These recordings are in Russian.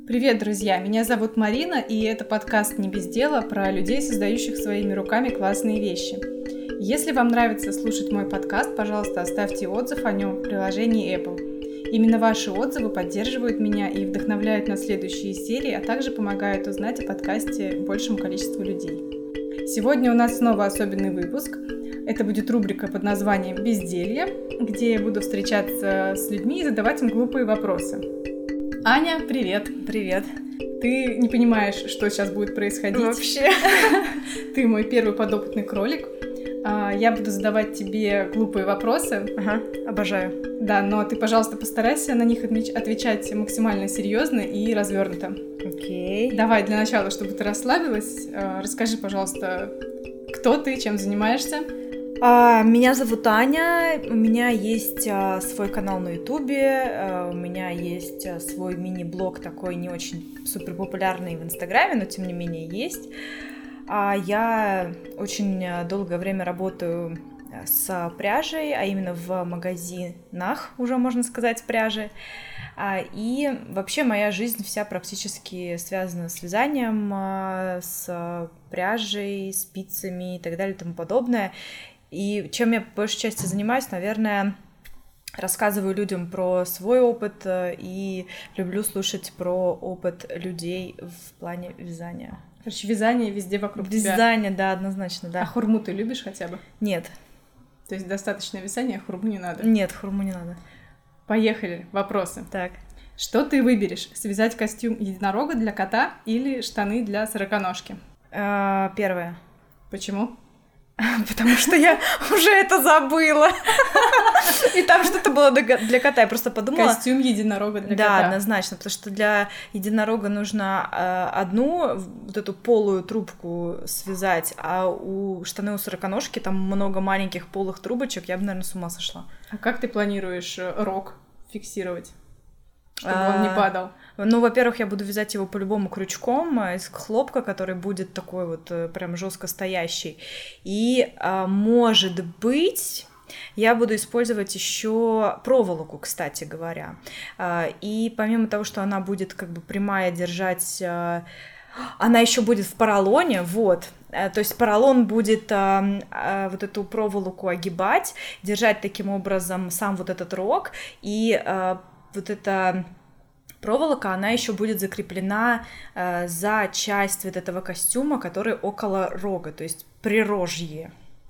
Привет, друзья! Меня зовут Марина, и это подкаст «Не без дела» про людей, создающих своими руками классные вещи. Если вам нравится слушать мой подкаст, пожалуйста, оставьте отзыв о нем в приложении Apple. Именно ваши отзывы поддерживают меня и вдохновляют на следующие серии, а также помогают узнать о подкасте большему количеству людей. Сегодня у нас снова особенный выпуск. Это будет рубрика под названием «Безделье», где я буду встречаться с людьми и задавать им глупые вопросы. Аня, привет! Привет! Ты не понимаешь, что сейчас будет происходить? Вообще! Ты мой первый подопытный кролик. Я буду задавать тебе глупые вопросы. Ага, обожаю. Да, но ты, пожалуйста, постарайся на них отвечать максимально серьезно и развернуто. Окей. Давай, для начала, чтобы ты расслабилась, расскажи, пожалуйста, кто ты, чем занимаешься? Меня зовут Аня, у меня есть свой канал на Ютубе, у меня есть свой мини-блог такой не очень супер популярный в Инстаграме, но тем не менее есть. Я очень долгое время работаю с пряжей, а именно в магазинах, уже можно сказать, пряжи. И вообще моя жизнь вся практически связана с вязанием, с пряжей, спицами и так далее и тому подобное. И чем я по большей части занимаюсь, наверное, рассказываю людям про свой опыт и люблю слушать про опыт людей в плане вязания. Короче, вязание везде вокруг тебя. Вязание, да, однозначно, да. А хурму ты любишь хотя бы? Нет. То есть достаточно вязания, а хурму не надо? Нет, хурму не надо. Поехали, вопросы. Так. Что ты выберешь? Связать костюм единорога для кота или штаны для сороконожки? Первое. Почему? Потому что я уже это забыла. И там что-то было для кота. Я просто подумала... Костюм единорога для кота. Да, однозначно, потому что для единорога нужно одну вот эту полую трубку связать, а у штаны у сороконожки там много маленьких полых трубочек, я бы, наверное, с ума сошла. А как ты планируешь рог фиксировать, чтобы он не падал? Ну, во-первых, я буду вязать его по-любому крючком из хлопка, который будет такой вот прям жестко стоящий. И, может быть, я буду использовать еще проволоку, кстати говоря. И помимо того, что она будет как бы прямая держать... Она еще будет в поролоне, вот. То есть поролон будет вот эту проволоку огибать, держать таким образом сам вот этот рог, и вот эта проволока, она еще будет закреплена за часть вот этого костюма, который около рога, то есть прирожье.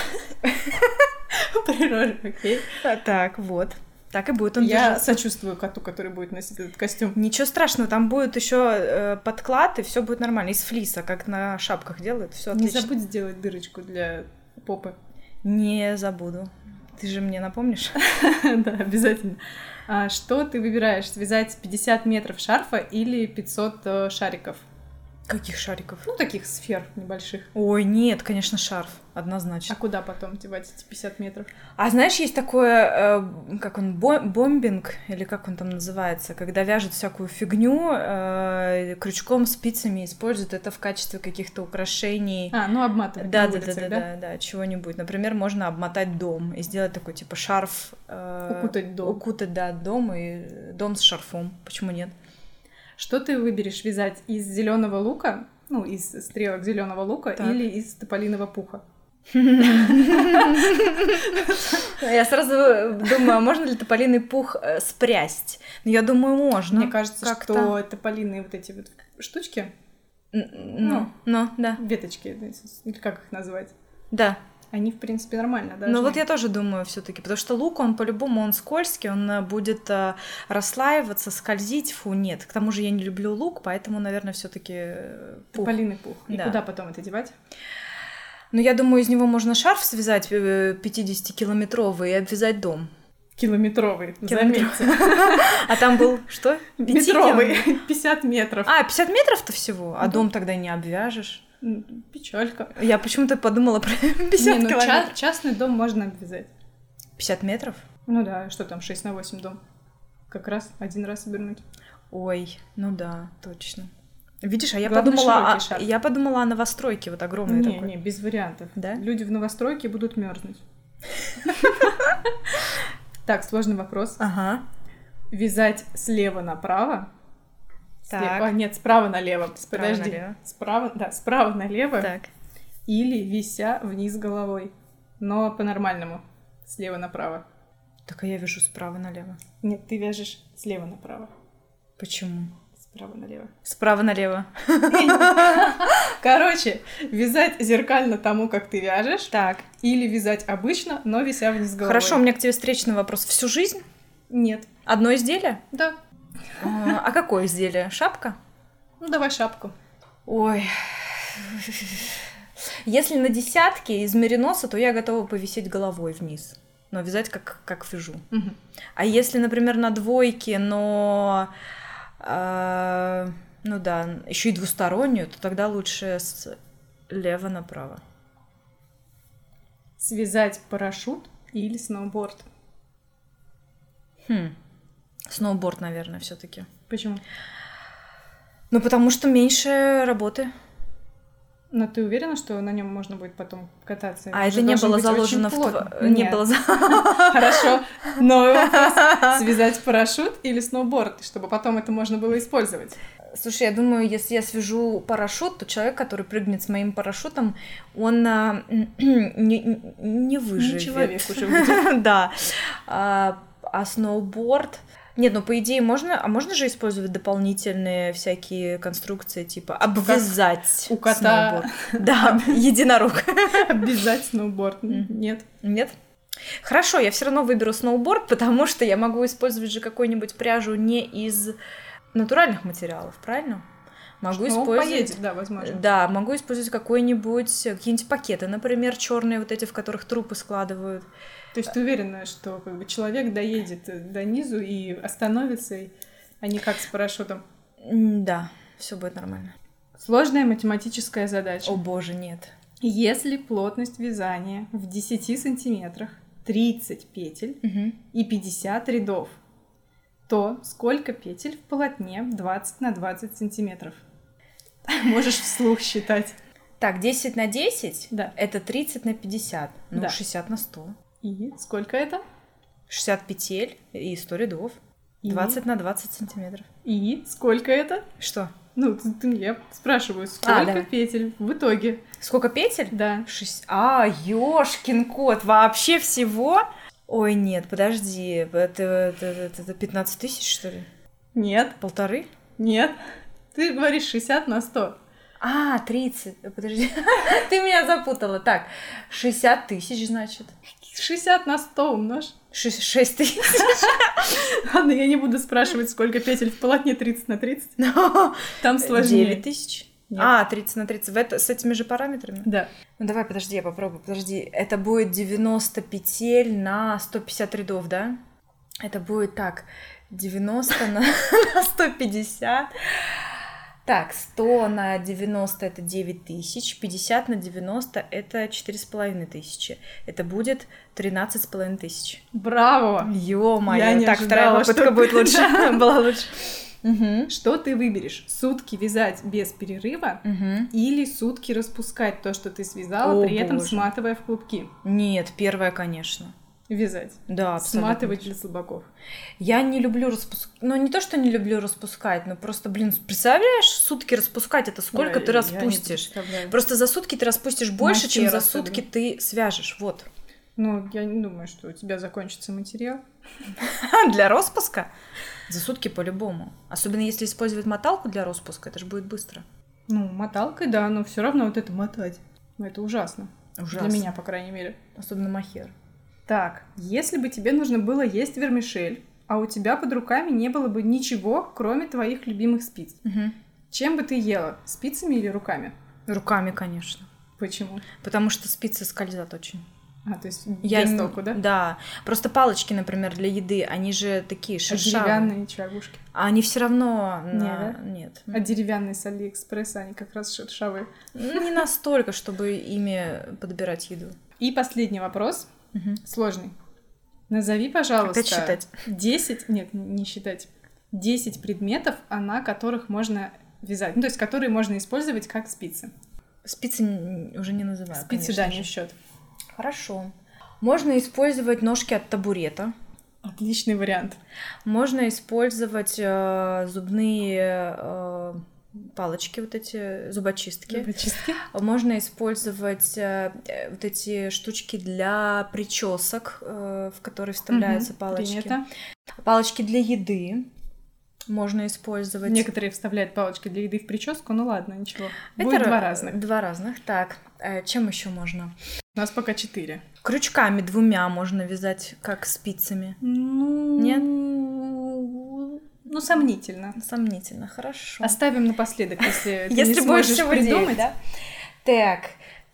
Прирожье, окей. Так, вот. Так и будет он Я держаться. сочувствую коту, который будет носить этот костюм. Ничего страшного, там будет еще подклад, и все будет нормально. Из флиса, как на шапках делают, все отлично. Не забудь сделать дырочку для попы. Не забуду. Ты же мне напомнишь? Да, обязательно. А что ты выбираешь? Связать 50 метров шарфа или 500 шариков? Каких шариков? Ну, таких сфер небольших. Ой, нет, конечно, шарф, однозначно. А куда потом девать эти 50 метров? А знаешь, есть такое, как он, бомбинг, или как он там называется, когда вяжут всякую фигню крючком, спицами, используют это в качестве каких-то украшений. Ну обматывать да, на улицах, да, чего-нибудь. Например, можно обмотать дом и сделать такой, типа, шарф. Укутать дом. Укутать, да, дом и дом с шарфом. Почему нет? Что ты выберешь вязать из зеленого лука, ну, из стрелок зеленого лука, или из тополиного пуха? Я сразу думаю, можно ли тополиный пух спрясть? Но я думаю, можно. Мне кажется, что тополиные вот эти вот штучки, да. веточки, или как их назвать? Да. Они, в принципе, нормально должны. Ну вот я тоже думаю все-таки, потому что лук, он по-любому, он скользкий, он будет расслаиваться, скользить, нет. К тому же я не люблю лук, поэтому, наверное, все-таки пух. Тополиный пух. И да. Куда потом это девать? Ну, я думаю, из него можно шарф связать 50-километровый и обвязать дом. Километровый, заметьте. А там был что? Метровый, 50 метров. 50 метров-то всего? А дом тогда не обвяжешь? Печалька. Я почему-то подумала про 50 километров. Частный дом можно обвязать. 50 метров? Ну да, что там, 6 на 8 дом. Как раз один раз обернуть. Ой, ну да, точно. Видишь, а я Главное, подумала о новостройке, вот огромной такой. Не, без вариантов. Да? Люди в новостройке будут мерзнуть. Так, сложный вопрос. Ага. Вязать слева направо Так. Нет, справа налево. Справа Подожди. налево. Справа налево. Так. Или вися вниз головой. Но по-нормальному. Слева направо. Так, а я вяжу справа налево. Нет, ты вяжешь слева направо. Почему? Справа налево. Справа налево. Короче, вязать зеркально тому, как ты вяжешь. Так. Или вязать обычно, но вися вниз головой. Хорошо, у меня к тебе встречный вопрос. Всю жизнь? Нет. Одно изделие? Да. А какое изделие? Шапка? Ну, давай шапку. Ой. Если на десятке из мериноса, то я готова повисеть головой вниз. Но вязать как вяжу. Мгм. А если, например, на двойке, но... ну да, еще и двустороннюю, то тогда лучше слева направо. Связать парашют или сноуборд. Сноуборд, наверное, все-таки. Почему? Ну, потому что меньше работы. Но ты уверена, что на нем можно будет потом кататься? А Он это же не должен было быть заложено очень в... плотно. Не Нет. было Хорошо. Новый вопрос. Связать парашют или сноуборд, чтобы потом это можно было использовать? Слушай, я думаю, если я свяжу парашют, то человек, который прыгнет с моим парашютом, он не выживет. Не человек уже будет. Да. А сноуборд... Нет, ну по идее можно же использовать дополнительные всякие конструкции, типа обвязать у кота. сноуборд. Да, единорог. Обвязать сноуборд. Нет. Нет? Хорошо, я все равно выберу сноуборд, потому что я могу использовать же какую-нибудь пряжу не из натуральных материалов, правильно? Могу Ну, использовать... поедет, да, возможно. Да, могу использовать какие-нибудь пакеты, например, черные вот эти, в которых трупы складывают. То есть ты уверена, что как бы человек доедет до низу и остановится, а не как с парашютом? Да, все будет нормально. Сложная математическая задача. О боже, нет. Если плотность вязания в 10 сантиметрах 30 петель и 50 рядов, то сколько петель в полотне 20 на 20 сантиметров? Можешь вслух считать. Так, 10 на 10? Да. Это 30 на 50. Ну, Да. 60 на 100. И сколько это? 60 петель и 100 рядов. И? 20 на 20 сантиметров. И сколько это? Что? Ну, я спрашиваю, сколько давай. петель в итоге? Сколько петель? Да. Ёшкин кот, вообще всего? Ой, нет, подожди, это 15 тысяч, что ли? Нет. 1,5? Нет. Ты говоришь 60 на 100. 30, подожди, ты меня запутала. Так, 60 тысяч, значит. 60 на 100 умножь. 6 тысяч. Ладно, я не буду спрашивать, сколько петель в полотне 30 на 30. Там сложнее. 9 тысяч. Нет. 30 на 30. С этими же параметрами? Да. Ну давай, подожди, я попробую. Подожди, это будет 90 петель на 150 рядов, да? Это будет так, 90 на 150. Так, 100 на 90 это 9 тысяч, 50 на 90 это 4500. Это будет 13,5 тысяч. Браво! Ё-моё, Я не так, ожидала, вторая попытка что будет ты- лучше. Была лучше. Что ты выберешь? Сутки вязать без перерыва или сутки распускать то, что ты связала, О, при этом боже. сматывая в клубки? Нет, первая, конечно. Вязать. Да, абсолютно. Сматывать для слабаков. Я не люблю распускать. Ну, не то, что не люблю распускать, но просто, представляешь, сутки распускать, это сколько ты Я не распустишь? представляю. Просто за сутки ты распустишь больше, чем Махер за сутки ты свяжешь. Вот. Ну, я не думаю, что у тебя закончится материал. Для распуска? За сутки по-любому. Особенно если использовать моталку для распуска, это же будет быстро. Ну, моталкой, да, но все равно вот это мотать. Это ужасно. Ужасно. Для меня, по крайней мере. Особенно махер. Так, если бы тебе нужно было есть вермишель, а у тебя под руками не было бы ничего, кроме твоих любимых спиц, чем бы ты ела? Спицами или руками? Руками, конечно. Почему? Потому что спицы скользят очень. То есть без толку, да? Да. Просто палочки, например, для еды, они же такие А шершавые. деревянные чагушки? А они все равно... да? Нет. А деревянные с Алиэкспресса, они как раз шершавые. Не настолько, чтобы ими подбирать еду. И последний вопрос, сложный. Назови, пожалуйста, Опять считать. 10, нет, не считать, 10 предметов, на которых можно вязать, ну, то есть которые можно использовать как спицы. Спицы уже не называю, Спицы, конечно да, же. не в счет. Хорошо. Можно использовать ножки от табурета. Отличный вариант. Можно использовать зубные палочки, вот эти зубочистки. Можно использовать вот эти штучки для причесок, в которые вставляются палочки. Принято. Палочки для еды можно использовать. Некоторые вставляют палочки для еды в прическу, ну ладно, ничего. Будет два разных. Два разных. Так, чем еще можно? У нас пока 4. Крючками 2 можно вязать, как спицами. Нет? Ну, сомнительно. Сомнительно, хорошо. Оставим напоследок, если ты если не сможешь придумать. Да? Так.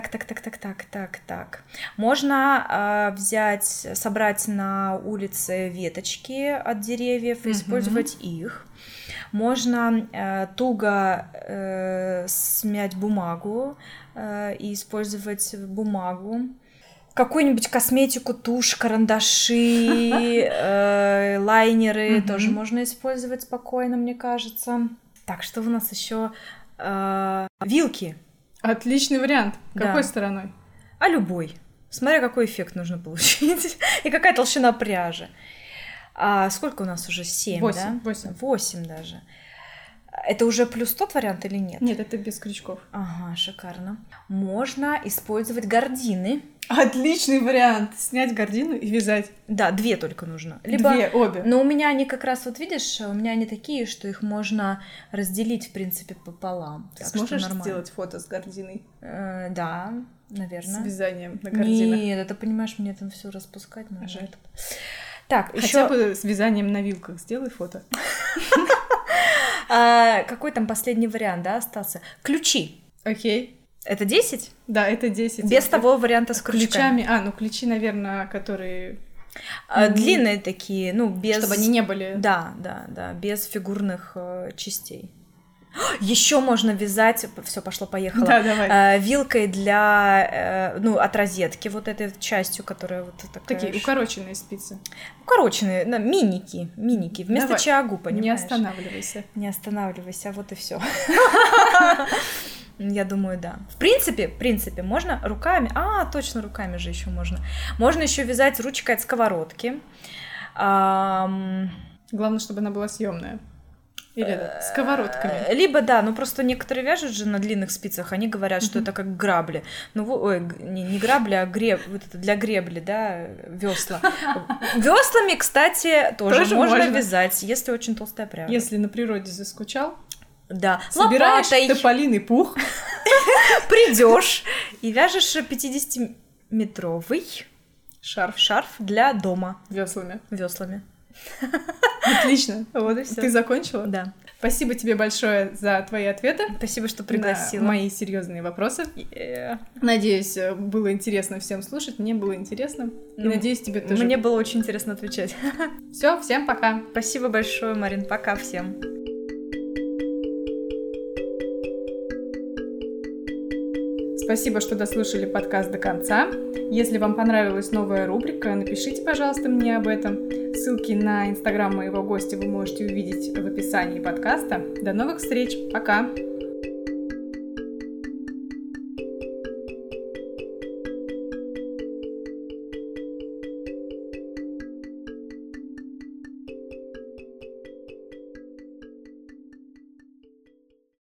Можно собрать на улице веточки от деревьев и использовать их. Можно туго смять бумагу и использовать бумагу. Какую-нибудь косметику, тушь, карандаши, лайнеры тоже можно использовать спокойно, мне кажется. Так, что у нас еще? Вилки. Отличный вариант. Какой стороной? А любой. Смотря какой эффект нужно получить. И какая толщина пряжи. Сколько у нас уже? 7, 8, да? 8 даже. Это уже плюс тот вариант или нет? Нет, это без крючков. Ага, шикарно. Можно использовать гардины. Отличный вариант. Снять гардину и вязать. Да, 2 только нужно. Обе. Но у меня они как раз, вот видишь, у меня они такие, что их можно разделить, в принципе, пополам. Ты сможешь сделать фото с гардиной? Да, наверное. С вязанием на гардинах? Нет, это, понимаешь, мне там все распускать надо. Жаль. Так, хотя бы с вязанием на вилках сделай фото. Какой там последний вариант, да, остался? Ключи. Окей. Это 10? Да, это 10. Без того варианта с крючками. Ключи, наверное, которые... Длинные такие, без... Чтобы они не были... Да, без фигурных частей. Еще можно вязать, все, пошло-поехало. Да, давай. Вилкой для, от розетки, вот этой частью, которая вот такая. Такие укороченные спицы. Укороченные, миники, вместо давай. чагу, понимаешь? Не останавливайся, вот и все. Я думаю, да. В принципе, можно руками. Точно, руками же еще можно. Можно еще вязать ручкой от сковородки. Главное, чтобы она была съемная. Или сковородками. Либо, просто некоторые вяжут же на длинных спицах, они говорят, что это как грабли. Не грабли, а вот это для гребли, да, весла. Веслами, кстати, тоже можно вязать, если очень толстая пряжа. Если на природе заскучал, да. Собираешь тополиный пух, придешь и вяжешь 50-метровый шарф для дома. Веслами. Отлично. Вот и всё. Ты закончила? Да. Спасибо тебе большое за твои ответы. Спасибо, что пригласила. На мои серьезные вопросы. Надеюсь, было интересно всем слушать. Мне было интересно. И надеюсь, тебе тоже. Мне было очень интересно отвечать. Все, всем пока. Спасибо большое, Марин. Пока всем. Спасибо, что дослушали подкаст до конца. Если вам понравилась новая рубрика, напишите, пожалуйста, мне об этом. Ссылки на Инстаграм моего гостя вы можете увидеть в описании подкаста. До новых встреч. Пока!